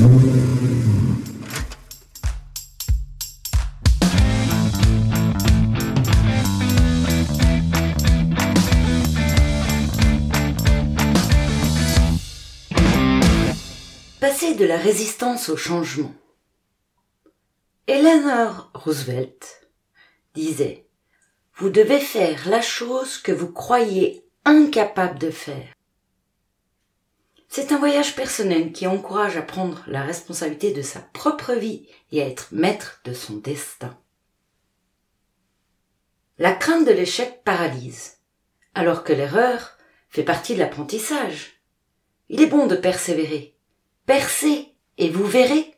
Passer de la résistance au changement. Eleanor Roosevelt disait « Vous devez faire la chose que vous croyez incapable de faire ». C'est un voyage personnel qui encourage à prendre la responsabilité de sa propre vie et à être maître de son destin. La crainte de l'échec paralyse, alors que l'erreur fait partie de l'apprentissage. Il est bon de persévérer. Percez et vous verrez.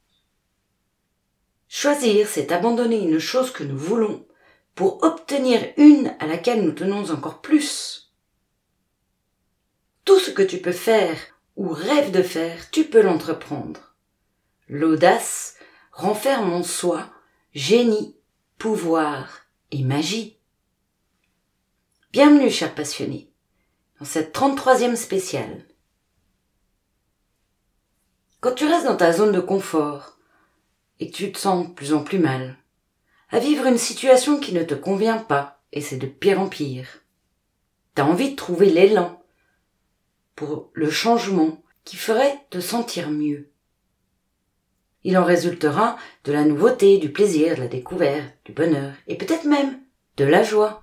Choisir, c'est abandonner une chose que nous voulons pour obtenir une à laquelle nous tenons encore plus. Tout ce que tu peux faire ou rêves de faire, tu peux l'entreprendre. L'audace renferme en soi génie, pouvoir et magie. Bienvenue, chers passionnés, dans cette 33e spéciale. Quand tu restes dans ta zone de confort et que tu te sens de plus en plus mal, à vivre une situation qui ne te convient pas, et c'est de pire en pire, t'as envie de trouver l'élan pour le changement qui ferait te sentir mieux. Il en résultera de la nouveauté, du plaisir, de la découverte, du bonheur et peut-être même de la joie.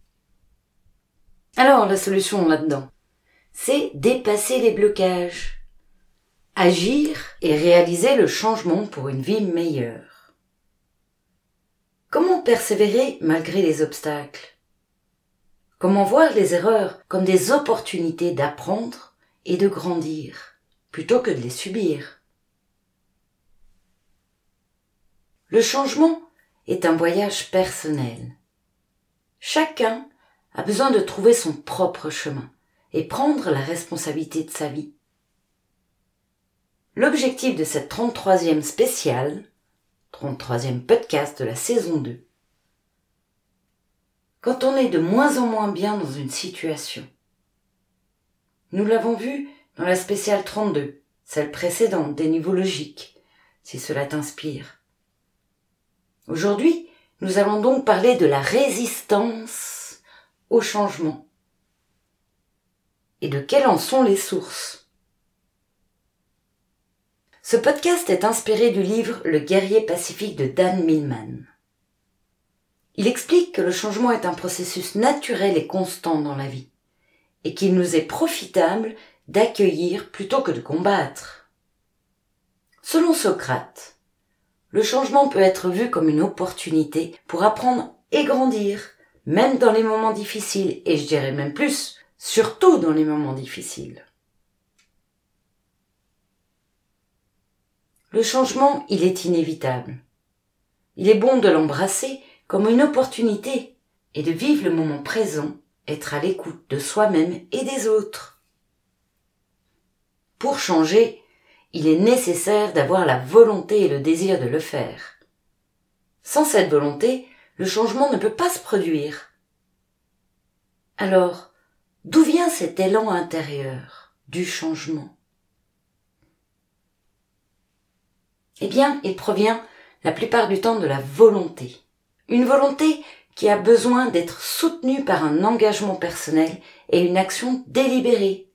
Alors la solution là-dedans, c'est dépasser les blocages. Agir et réaliser le changement pour une vie meilleure. Comment persévérer malgré les obstacles? Comment voir les erreurs comme des opportunités d'apprendre et de grandir, plutôt que de les subir? Le changement est un voyage personnel. Chacun a besoin de trouver son propre chemin et prendre la responsabilité de sa vie. L'objectif de cette 33e spéciale, 33e podcast de la saison 2, quand on est de moins en moins bien dans une situation. Nous l'avons vu dans la spéciale 32, celle précédente des niveaux logiques, si cela t'inspire. Aujourd'hui, nous allons donc parler de la résistance au changement et de quelles en sont les sources. Ce podcast est inspiré du livre Le guerrier pacifique de Dan Millman. Il explique que le changement est un processus naturel et constant dans la vie, et qu'il nous est profitable d'accueillir plutôt que de combattre. Selon Socrate, le changement peut être vu comme une opportunité pour apprendre et grandir, même dans les moments difficiles, et je dirais même plus, surtout dans les moments difficiles. Le changement, il est inévitable. Il est bon de l'embrasser comme une opportunité et de vivre le moment présent, être à l'écoute de soi-même et des autres. Pour changer, il est nécessaire d'avoir la volonté et le désir de le faire. Sans cette volonté, le changement ne peut pas se produire. Alors, d'où vient cet élan intérieur du changement ? Eh bien, il provient la plupart du temps de la volonté. Une volonté qui a besoin d'être soutenue par un engagement personnel et une action délibérée.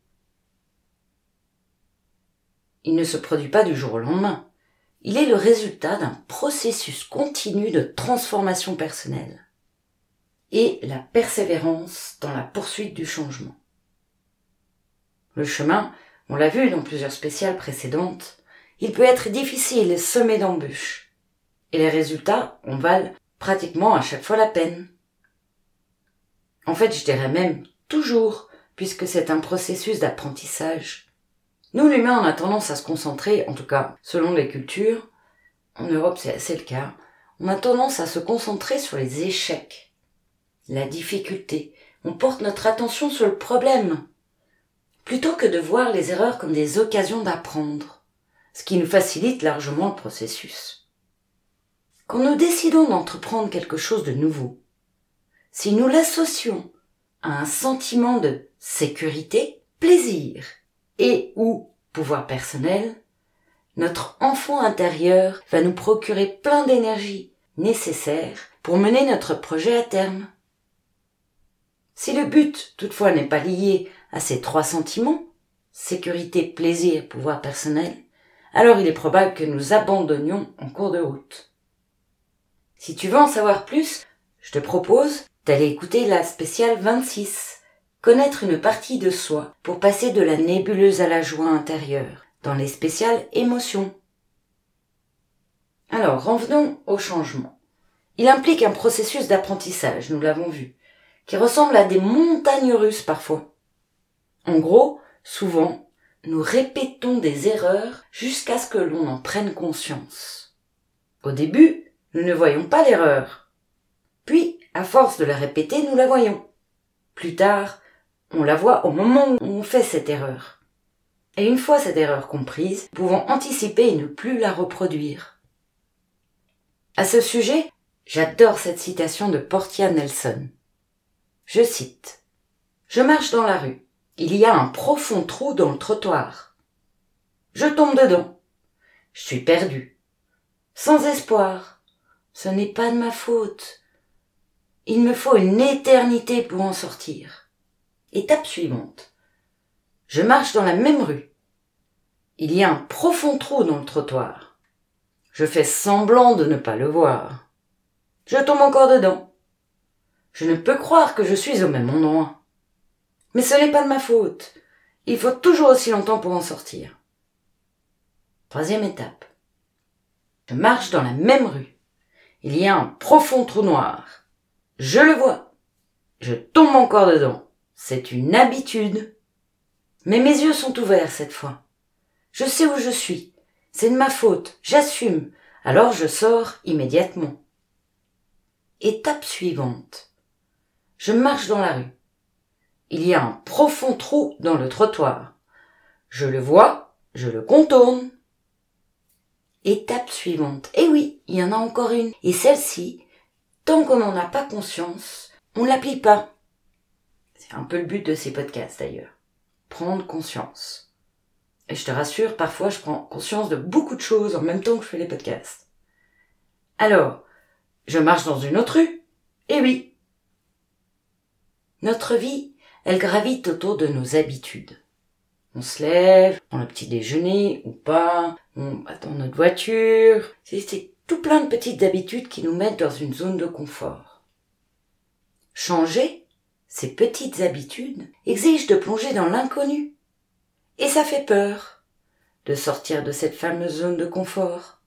Il ne se produit pas du jour au lendemain. Il est le résultat d'un processus continu de transformation personnelle et la persévérance dans la poursuite du changement. Le chemin, on l'a vu dans plusieurs spéciales précédentes, il peut être difficile et semé d'embûches. Et les résultats en valent pratiquement à chaque fois la peine. En fait, je dirais même toujours, puisque c'est un processus d'apprentissage. Nous, l'humain, on a tendance à se concentrer, en tout cas selon les cultures, en Europe c'est le cas, on a tendance à se concentrer sur les échecs, la difficulté. On porte notre attention sur le problème, plutôt que de voir les erreurs comme des occasions d'apprendre. Ce qui nous facilite largement le processus. Quand nous décidons d'entreprendre quelque chose de nouveau, si nous l'associons à un sentiment de sécurité, plaisir et ou pouvoir personnel, notre enfant intérieur va nous procurer plein d'énergie nécessaire pour mener notre projet à terme. Si le but, toutefois, n'est pas lié à ces 3 sentiments, sécurité, plaisir, pouvoir personnel, alors il est probable que nous abandonnions en cours de route. Si tu veux en savoir plus, je te propose d'aller écouter la spéciale 26, connaître une partie de soi pour passer de la nébuleuse à la joie intérieure, dans les spéciales émotions. Alors, revenons au changement. Il implique un processus d'apprentissage, nous l'avons vu, qui ressemble à des montagnes russes parfois. En gros, souvent, nous répétons des erreurs jusqu'à ce que l'on en prenne conscience. Au début, nous ne voyons pas l'erreur. Puis, à force de la répéter, nous la voyons. Plus tard, on la voit au moment où on fait cette erreur. Et une fois cette erreur comprise, nous pouvons anticiper et ne plus la reproduire. À ce sujet, j'adore cette citation de Portia Nelson. Je cite : « Je marche dans la rue. Il y a un profond trou dans le trottoir. Je tombe dedans. Je suis perdu. Sans espoir. Ce n'est pas de ma faute. Il me faut une éternité pour en sortir. Étape suivante. Je marche dans la même rue. Il y a un profond trou dans le trottoir. Je fais semblant de ne pas le voir. Je tombe encore dedans. Je ne peux croire que je suis au même endroit. Mais ce n'est pas de ma faute. Il faut toujours aussi longtemps pour en sortir. Troisième étape. Je marche dans la même rue. Il y a un profond trou noir. Je le vois. Je tombe encore dedans. C'est une habitude. Mais mes yeux sont ouverts cette fois. Je sais où je suis. C'est de ma faute. J'assume. Alors je sors immédiatement. Étape suivante. Je marche dans la rue. Il y a un profond trou dans le trottoir. Je le vois, je le contourne. Étape suivante. Eh oui, il y en a encore une. Et celle-ci, tant qu'on n'en a pas conscience, on ne l'applique pas. C'est un peu le but de ces podcasts d'ailleurs. Prendre conscience. Et je te rassure, parfois je prends conscience de beaucoup de choses en même temps que je fais les podcasts. Alors, je marche dans une autre rue. Eh oui. Notre vie, elle gravite autour de nos habitudes. On se lève, on prend le petit déjeuner ou pas, on attend notre voiture. C'est tout plein de petites habitudes qui nous mettent dans une zone de confort. Changer ces petites habitudes exige de plonger dans l'inconnu. Et ça fait peur de sortir de cette fameuse zone de confort.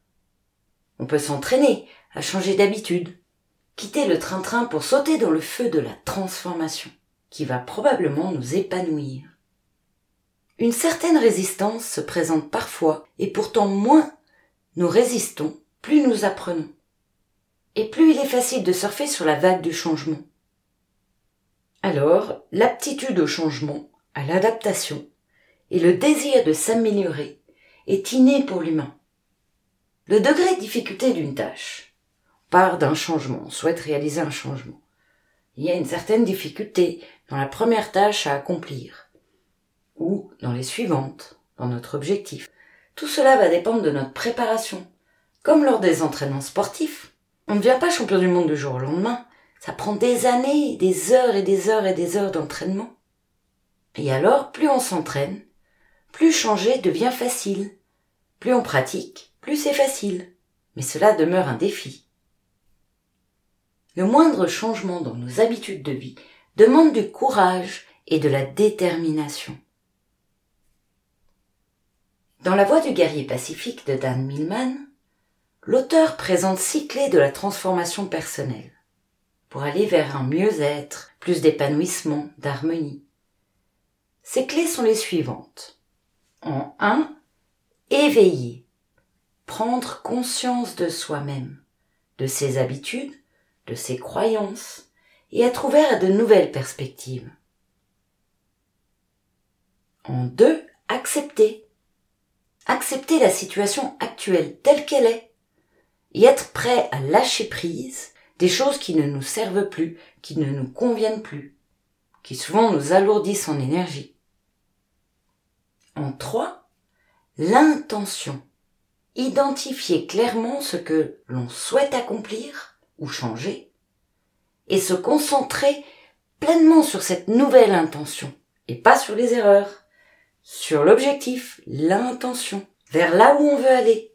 On peut s'entraîner à changer d'habitude, quitter le train-train pour sauter dans le feu de la transformation, qui va probablement nous épanouir. Une certaine résistance se présente parfois, et pourtant moins nous résistons, plus nous apprenons. Et plus il est facile de surfer sur la vague du changement. Alors, l'aptitude au changement, à l'adaptation, et le désir de s'améliorer est inné pour l'humain. Le degré de difficulté d'une tâche, on part d'un changement, on souhaite réaliser un changement. Il y a une certaine difficulté dans la première tâche à accomplir, ou dans les suivantes, dans notre objectif. Tout cela va dépendre de notre préparation. Comme lors des entraînements sportifs, on ne devient pas champion du monde du jour au lendemain. Ça prend des années, des heures et des heures et des heures d'entraînement. Et alors, plus on s'entraîne, plus changer devient facile. Plus on pratique, plus c'est facile. Mais cela demeure un défi. Le moindre changement dans nos habitudes de vie demande du courage et de la détermination. Dans La Voix du guerrier pacifique de Dan Millman, l'auteur présente 6 clés de la transformation personnelle pour aller vers un mieux-être, plus d'épanouissement, d'harmonie. Ces clés sont les suivantes. En 1, éveiller, prendre conscience de soi-même, de ses habitudes, de ses croyances, et être ouvert à de nouvelles perspectives. En 2, accepter. Accepter la situation actuelle telle qu'elle est, et être prêt à lâcher prise des choses qui ne nous servent plus, qui ne nous conviennent plus, qui souvent nous alourdissent en énergie. En 3, l'intention. identifier clairement ce que l'on souhaite accomplir ou changer et se concentrer pleinement sur cette nouvelle intention et pas sur les erreurs, sur l'objectif, l'intention, vers là où on veut aller.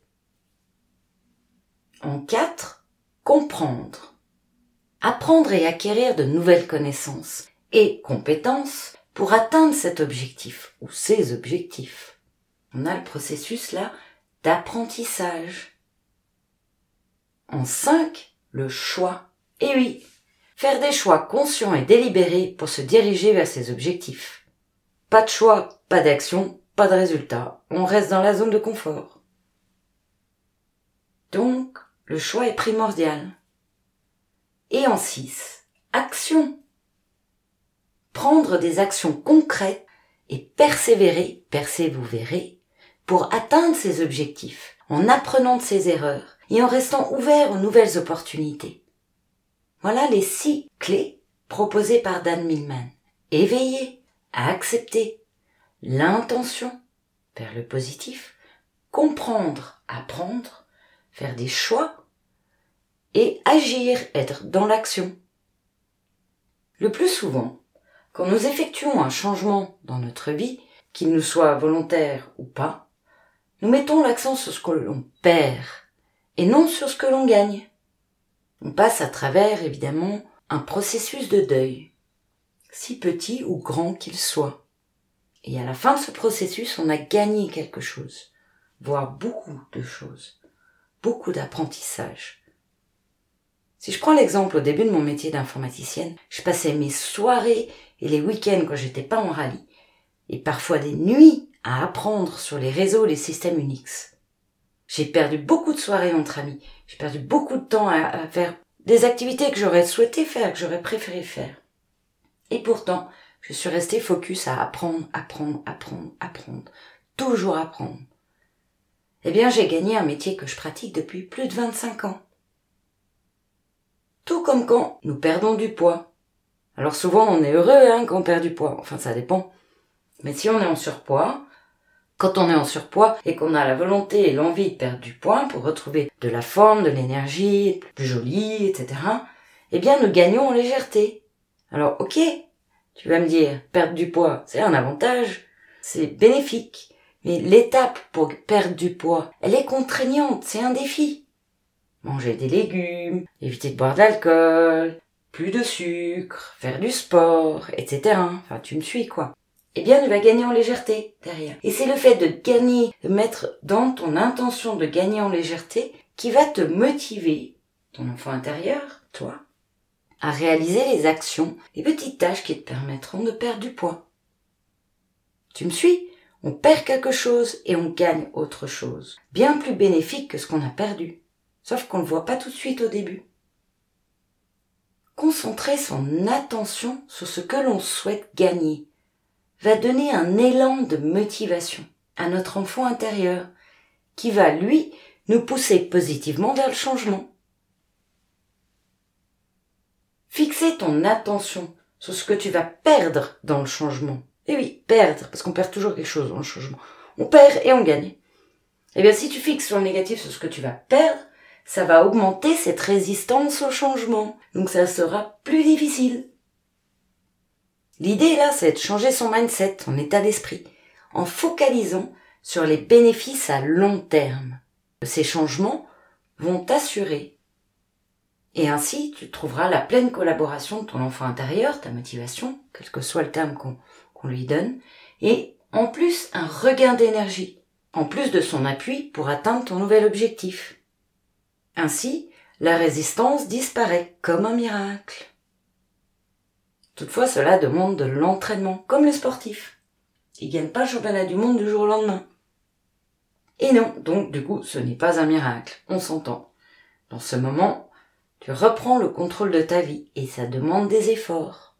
En 4, comprendre. Apprendre et acquérir de nouvelles connaissances et compétences pour atteindre cet objectif ou ces objectifs. On a le processus là d'apprentissage. En 5, le choix. Et oui, faire des choix conscients et délibérés pour se diriger vers ses objectifs. Pas de choix, pas d'action, pas de résultat. On reste dans la zone de confort. Donc, le choix est primordial. Et en 6, action. Prendre des actions concrètes et persévérer, vous verrez, pour atteindre ses objectifs, en apprenant de ses erreurs et en restant ouvert aux nouvelles opportunités. Voilà les 6 clés proposées par Dan Millman. Éveiller, à accepter, l'intention, vers le positif, comprendre, apprendre, faire des choix et agir, être dans l'action. Le plus souvent, quand nous effectuons un changement dans notre vie, qu'il nous soit volontaire ou pas, nous mettons l'accent sur ce que l'on perd et non sur ce que l'on gagne. On passe à travers, évidemment, un processus de deuil, si petit ou grand qu'il soit. Et à la fin de ce processus, on a gagné quelque chose, voire beaucoup de choses, beaucoup d'apprentissage. Si je prends l'exemple au début de mon métier d'informaticienne, je passais mes soirées et les week-ends quand j'étais pas en rallye, et parfois des nuits à apprendre sur les réseaux et les systèmes Unix. J'ai perdu beaucoup de soirées entre amis, j'ai perdu beaucoup de temps à faire des activités que j'aurais souhaité faire, que j'aurais préféré faire. Et pourtant, je suis restée focus à apprendre, toujours apprendre. Eh bien, j'ai gagné un métier que je pratique depuis plus de 25 ans. Tout comme quand nous perdons du poids. Alors souvent, on est heureux quand on perd du poids, enfin ça dépend. Mais si on est en surpoids, quand on est en surpoids et qu'on a la volonté et l'envie de perdre du poids pour retrouver de la forme, de l'énergie, être plus jolie, etc., eh bien nous gagnons en légèreté. Alors ok, tu vas me dire, perdre du poids, c'est un avantage, c'est bénéfique. Mais l'étape pour perdre du poids, elle est contraignante, c'est un défi. Manger des légumes, éviter de boire de l'alcool, plus de sucre, faire du sport, etc. Enfin, tu me suis quoi. Eh bien, tu vas gagner en légèreté derrière. Et c'est le fait de gagner, de mettre dans ton intention de gagner en légèreté qui va te motiver, ton enfant intérieur, toi, à réaliser les actions, les petites tâches qui te permettront de perdre du poids. Tu me suis ? On perd quelque chose et on gagne autre chose, bien plus bénéfique que ce qu'on a perdu, sauf qu'on ne le voit pas tout de suite au début. Concentrer son attention sur ce que l'on souhaite gagner va donner un élan de motivation à notre enfant intérieur qui va, lui, nous pousser positivement vers le changement. Fixer ton attention sur ce que tu vas perdre dans le changement. Et oui, perdre, parce qu'on perd toujours quelque chose dans le changement. On perd et on gagne. Eh bien, si tu fixes sur le négatif sur ce que tu vas perdre, ça va augmenter cette résistance au changement. Donc ça sera plus difficile. L'idée là, c'est de changer son mindset, son état d'esprit, en focalisant sur les bénéfices à long terme. Ces changements vont t'assurer. Et ainsi, tu trouveras la pleine collaboration de ton enfant intérieur, ta motivation, quel que soit le terme qu'on lui donne, et en plus un regain d'énergie, en plus de son appui pour atteindre ton nouvel objectif. Ainsi, la résistance disparaît comme un miracle. Toutefois, cela demande de l'entraînement, comme les sportifs. Ils ne gagnent pas le championnat du monde du jour au lendemain. Et non, donc du coup, ce n'est pas un miracle, on s'entend. Dans ce moment, tu reprends le contrôle de ta vie et ça demande des efforts.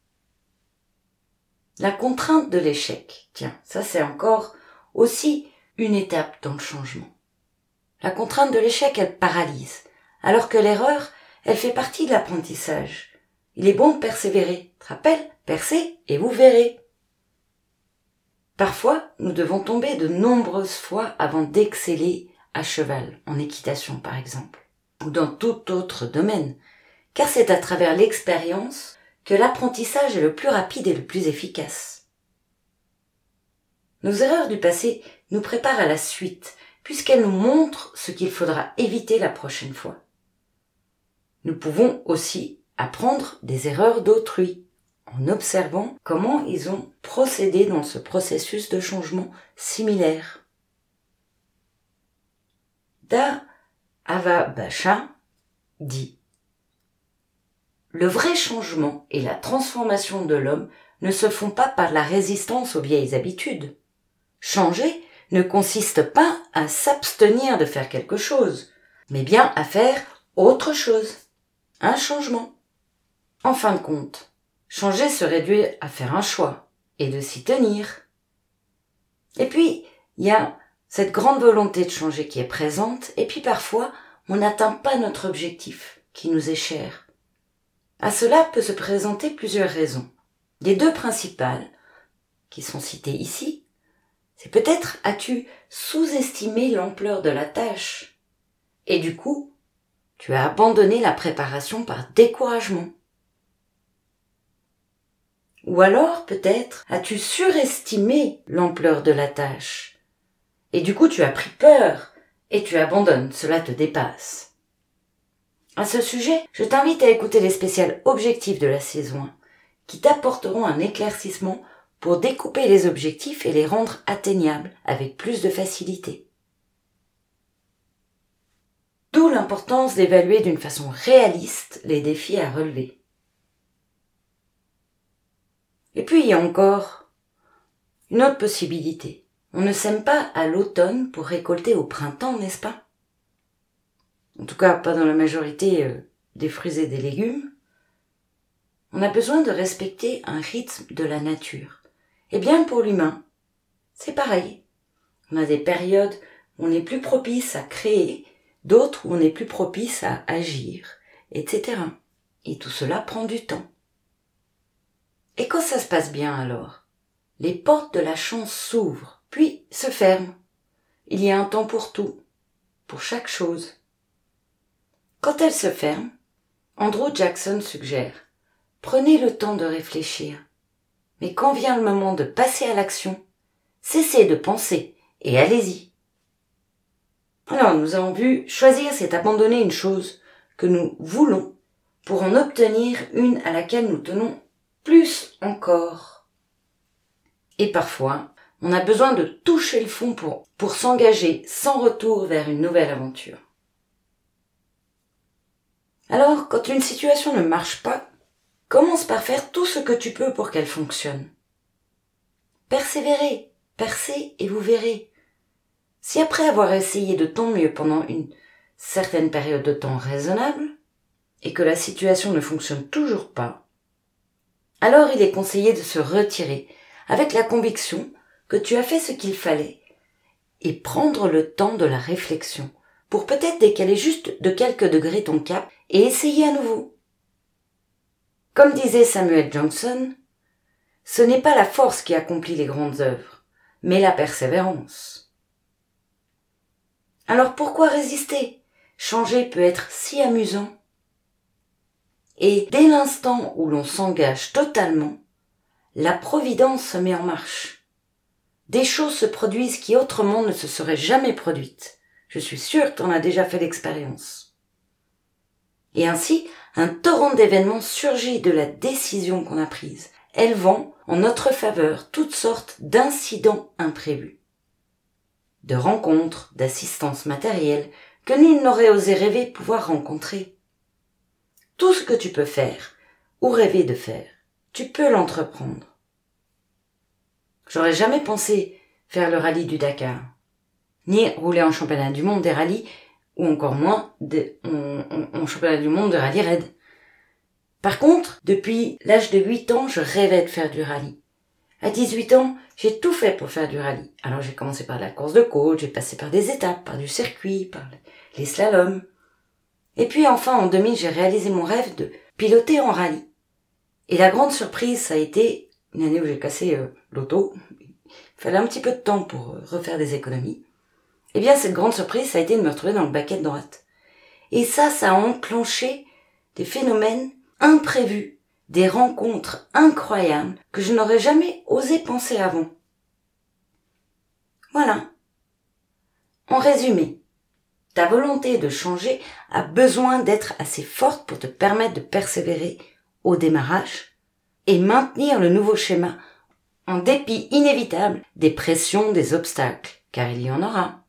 La contrainte de l'échec, tiens, ça c'est encore aussi une étape dans le changement. La contrainte de l'échec, elle paralyse, alors que l'erreur, elle fait partie de l'apprentissage. Il est bon de persévérer. Tu te rappelles ? Percez et vous verrez. Parfois, nous devons tomber de nombreuses fois avant d'exceller à cheval, en équitation par exemple, ou dans tout autre domaine, car c'est à travers l'expérience que l'apprentissage est le plus rapide et le plus efficace. Nos erreurs du passé nous préparent à la suite, puisqu'elles nous montrent ce qu'il faudra éviter la prochaine fois. Nous pouvons aussi apprendre des erreurs d'autrui, en observant comment ils ont procédé dans ce processus de changement similaire. Da Ava-Basha dit: le vrai changement et la transformation de l'homme ne se font pas par la résistance aux vieilles habitudes. Changer ne consiste pas à s'abstenir de faire quelque chose, mais bien à faire autre chose, un changement. En fin de compte, changer se réduit à faire un choix et de s'y tenir. Et puis, il y a cette grande volonté de changer qui est présente, et puis parfois, on n'atteint pas notre objectif qui nous est cher. À cela peut se présenter plusieurs raisons. Les deux principales, qui sont citées ici, c'est peut-être as-tu sous-estimé l'ampleur de la tâche, et du coup, tu as abandonné la préparation par découragement. Ou alors, peut-être, as-tu surestimé l'ampleur de la tâche, et du coup tu as pris peur, et tu abandonnes, cela te dépasse. À ce sujet, je t'invite à écouter les spéciales objectifs de la saison 1, qui t'apporteront un éclaircissement pour découper les objectifs et les rendre atteignables avec plus de facilité. D'où l'importance d'évaluer d'une façon réaliste les défis à relever. Et puis il y a encore une autre possibilité. On ne sème pas à l'automne pour récolter au printemps, n'est-ce pas? En tout cas, pas dans la majorité des fruits et des légumes. On a besoin de respecter un rythme de la nature. Et bien pour l'humain, c'est pareil. On a des périodes où on est plus propice à créer, d'autres où on est plus propice à agir, etc. Et tout cela prend du temps. Et quand ça se passe bien alors, les portes de la chance s'ouvrent, puis se ferment. Il y a un temps pour tout, pour chaque chose. Quand elles se ferment, Andrew Jackson suggère: prenez le temps de réfléchir. Mais quand vient le moment de passer à l'action, cessez de penser et allez-y. Alors, nous avons vu, choisir, c'est abandonner une chose que nous voulons pour en obtenir une à laquelle nous tenons plus encore. Et parfois, on a besoin de toucher le fond pour s'engager sans retour vers une nouvelle aventure. Alors, quand une situation ne marche pas, commence par faire tout ce que tu peux pour qu'elle fonctionne. Persévérez, percez et vous verrez. Si après avoir essayé de ton mieux pendant une certaine période de temps raisonnable, et que la situation ne fonctionne toujours pas, alors il est conseillé de se retirer avec la conviction que tu as fait ce qu'il fallait et prendre le temps de la réflexion pour peut-être décaler juste de quelques degrés ton cap et essayer à nouveau. Comme disait Samuel Johnson, ce n'est pas la force qui accomplit les grandes œuvres, mais la persévérance. Alors pourquoi résister? Changer peut être si amusant. Et dès l'instant où l'on s'engage totalement, la providence se met en marche. Des choses se produisent qui autrement ne se seraient jamais produites. Je suis sûre que tu en as déjà fait l'expérience. Et ainsi, un torrent d'événements surgit de la décision qu'on a prise, élevant en notre faveur toutes sortes d'incidents imprévus. De rencontres, d'assistances matérielles que nul n'aurait osé rêver pouvoir rencontrer. Tout ce que tu peux faire, ou rêver de faire, tu peux l'entreprendre. J'aurais jamais pensé faire le rallye du Dakar, ni rouler en championnat du monde des rallyes, ou encore moins en championnat du monde de rallye raid. Par contre, depuis l'âge de 8 ans, je rêvais de faire du rallye. À 18 ans, j'ai tout fait pour faire du rallye. Alors j'ai commencé par la course de côte, j'ai passé par des étapes, par du circuit, par les slaloms. Et puis enfin, en 2000, j'ai réalisé mon rêve de piloter en rallye. Et la grande surprise, ça a été une année où j'ai cassé l'auto. Il fallait un petit peu de temps pour refaire des économies. Eh bien, cette grande surprise, ça a été de me retrouver dans le baquet de droite. Et ça a enclenché des phénomènes imprévus, des rencontres incroyables que je n'aurais jamais osé penser avant. Voilà. En résumé, ta volonté de changer a besoin d'être assez forte pour te permettre de persévérer au démarrage et maintenir le nouveau schéma en dépit inévitable des pressions, des obstacles, car il y en aura.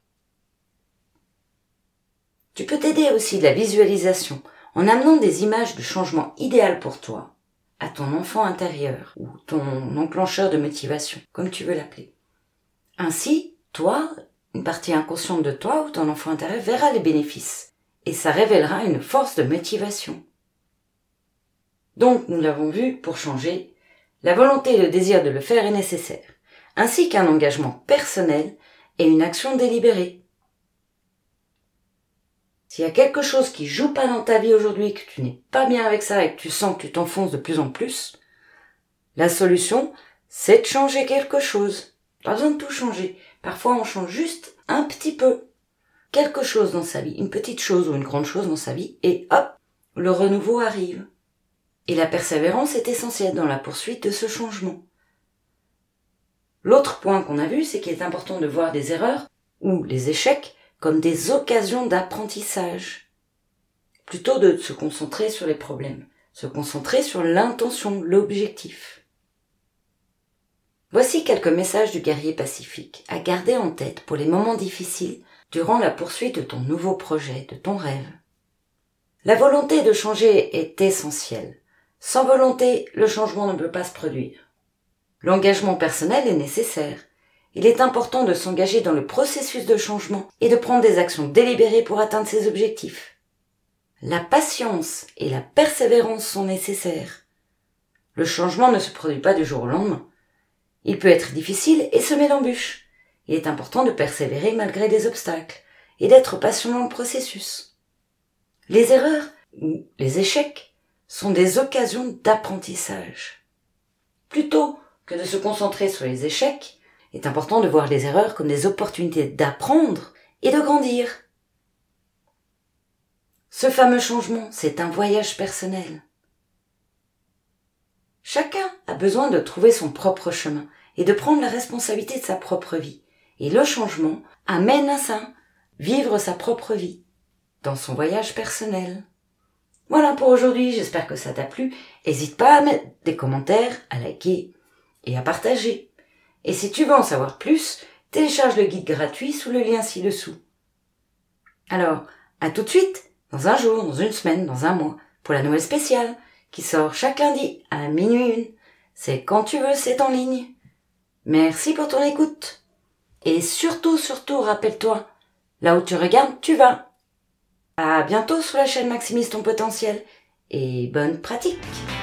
Tu peux t'aider aussi de la visualisation en amenant des images du changement idéal pour toi, à ton enfant intérieur ou ton enclencheur de motivation, comme tu veux l'appeler. Ainsi, toi, une partie inconsciente de toi ou ton enfant intérieur verra les bénéfices et ça révélera une force de motivation. Donc, nous l'avons vu, pour changer, la volonté et le désir de le faire est nécessaire, ainsi qu'un engagement personnel et une action délibérée. S'il y a quelque chose qui joue pas dans ta vie aujourd'hui, que tu n'es pas bien avec ça et que tu sens que tu t'enfonces de plus en plus, la solution, c'est de changer quelque chose. Pas besoin de tout changer. Parfois, on change juste un petit peu. Quelque chose dans sa vie, une petite chose ou une grande chose dans sa vie, et hop, le renouveau arrive. Et la persévérance est essentielle dans la poursuite de ce changement. L'autre point qu'on a vu, c'est qu'il est important de voir des erreurs ou les échecs comme des occasions d'apprentissage, plutôt de se concentrer sur les problèmes, se concentrer sur l'intention, l'objectif. Voici quelques messages du guerrier pacifique à garder en tête pour les moments difficiles durant la poursuite de ton nouveau projet, de ton rêve. La volonté de changer est essentielle. Sans volonté, le changement ne peut pas se produire. L'engagement personnel est nécessaire. Il est important de s'engager dans le processus de changement et de prendre des actions délibérées pour atteindre ses objectifs. La patience et la persévérance sont nécessaires. Le changement ne se produit pas du jour au lendemain. Il peut être difficile et semer d'embûches. Il est important de persévérer malgré des obstacles et d'être patient dans le processus. Les erreurs ou les échecs sont des occasions d'apprentissage. Plutôt que de se concentrer sur les échecs, il est important de voir les erreurs comme des opportunités d'apprendre et de grandir. Ce fameux changement, c'est un voyage personnel. Chacun a besoin de trouver son propre chemin et de prendre la responsabilité de sa propre vie. Et le changement amène à ça, vivre sa propre vie, dans son voyage personnel. Voilà pour aujourd'hui, j'espère que ça t'a plu. N'hésite pas à mettre des commentaires, à liker et à partager. Et si tu veux en savoir plus, télécharge le guide gratuit sous le lien ci-dessous. Alors, à tout de suite, dans un jour, dans une semaine, dans un mois, pour la Noël spéciale, qui sort chaque lundi à minuit 1. C'est quand tu veux, c'est en ligne. Merci pour ton écoute. Et surtout, rappelle-toi, là où tu regardes, tu vas. À bientôt sur la chaîne Maximise ton potentiel. Et bonne pratique.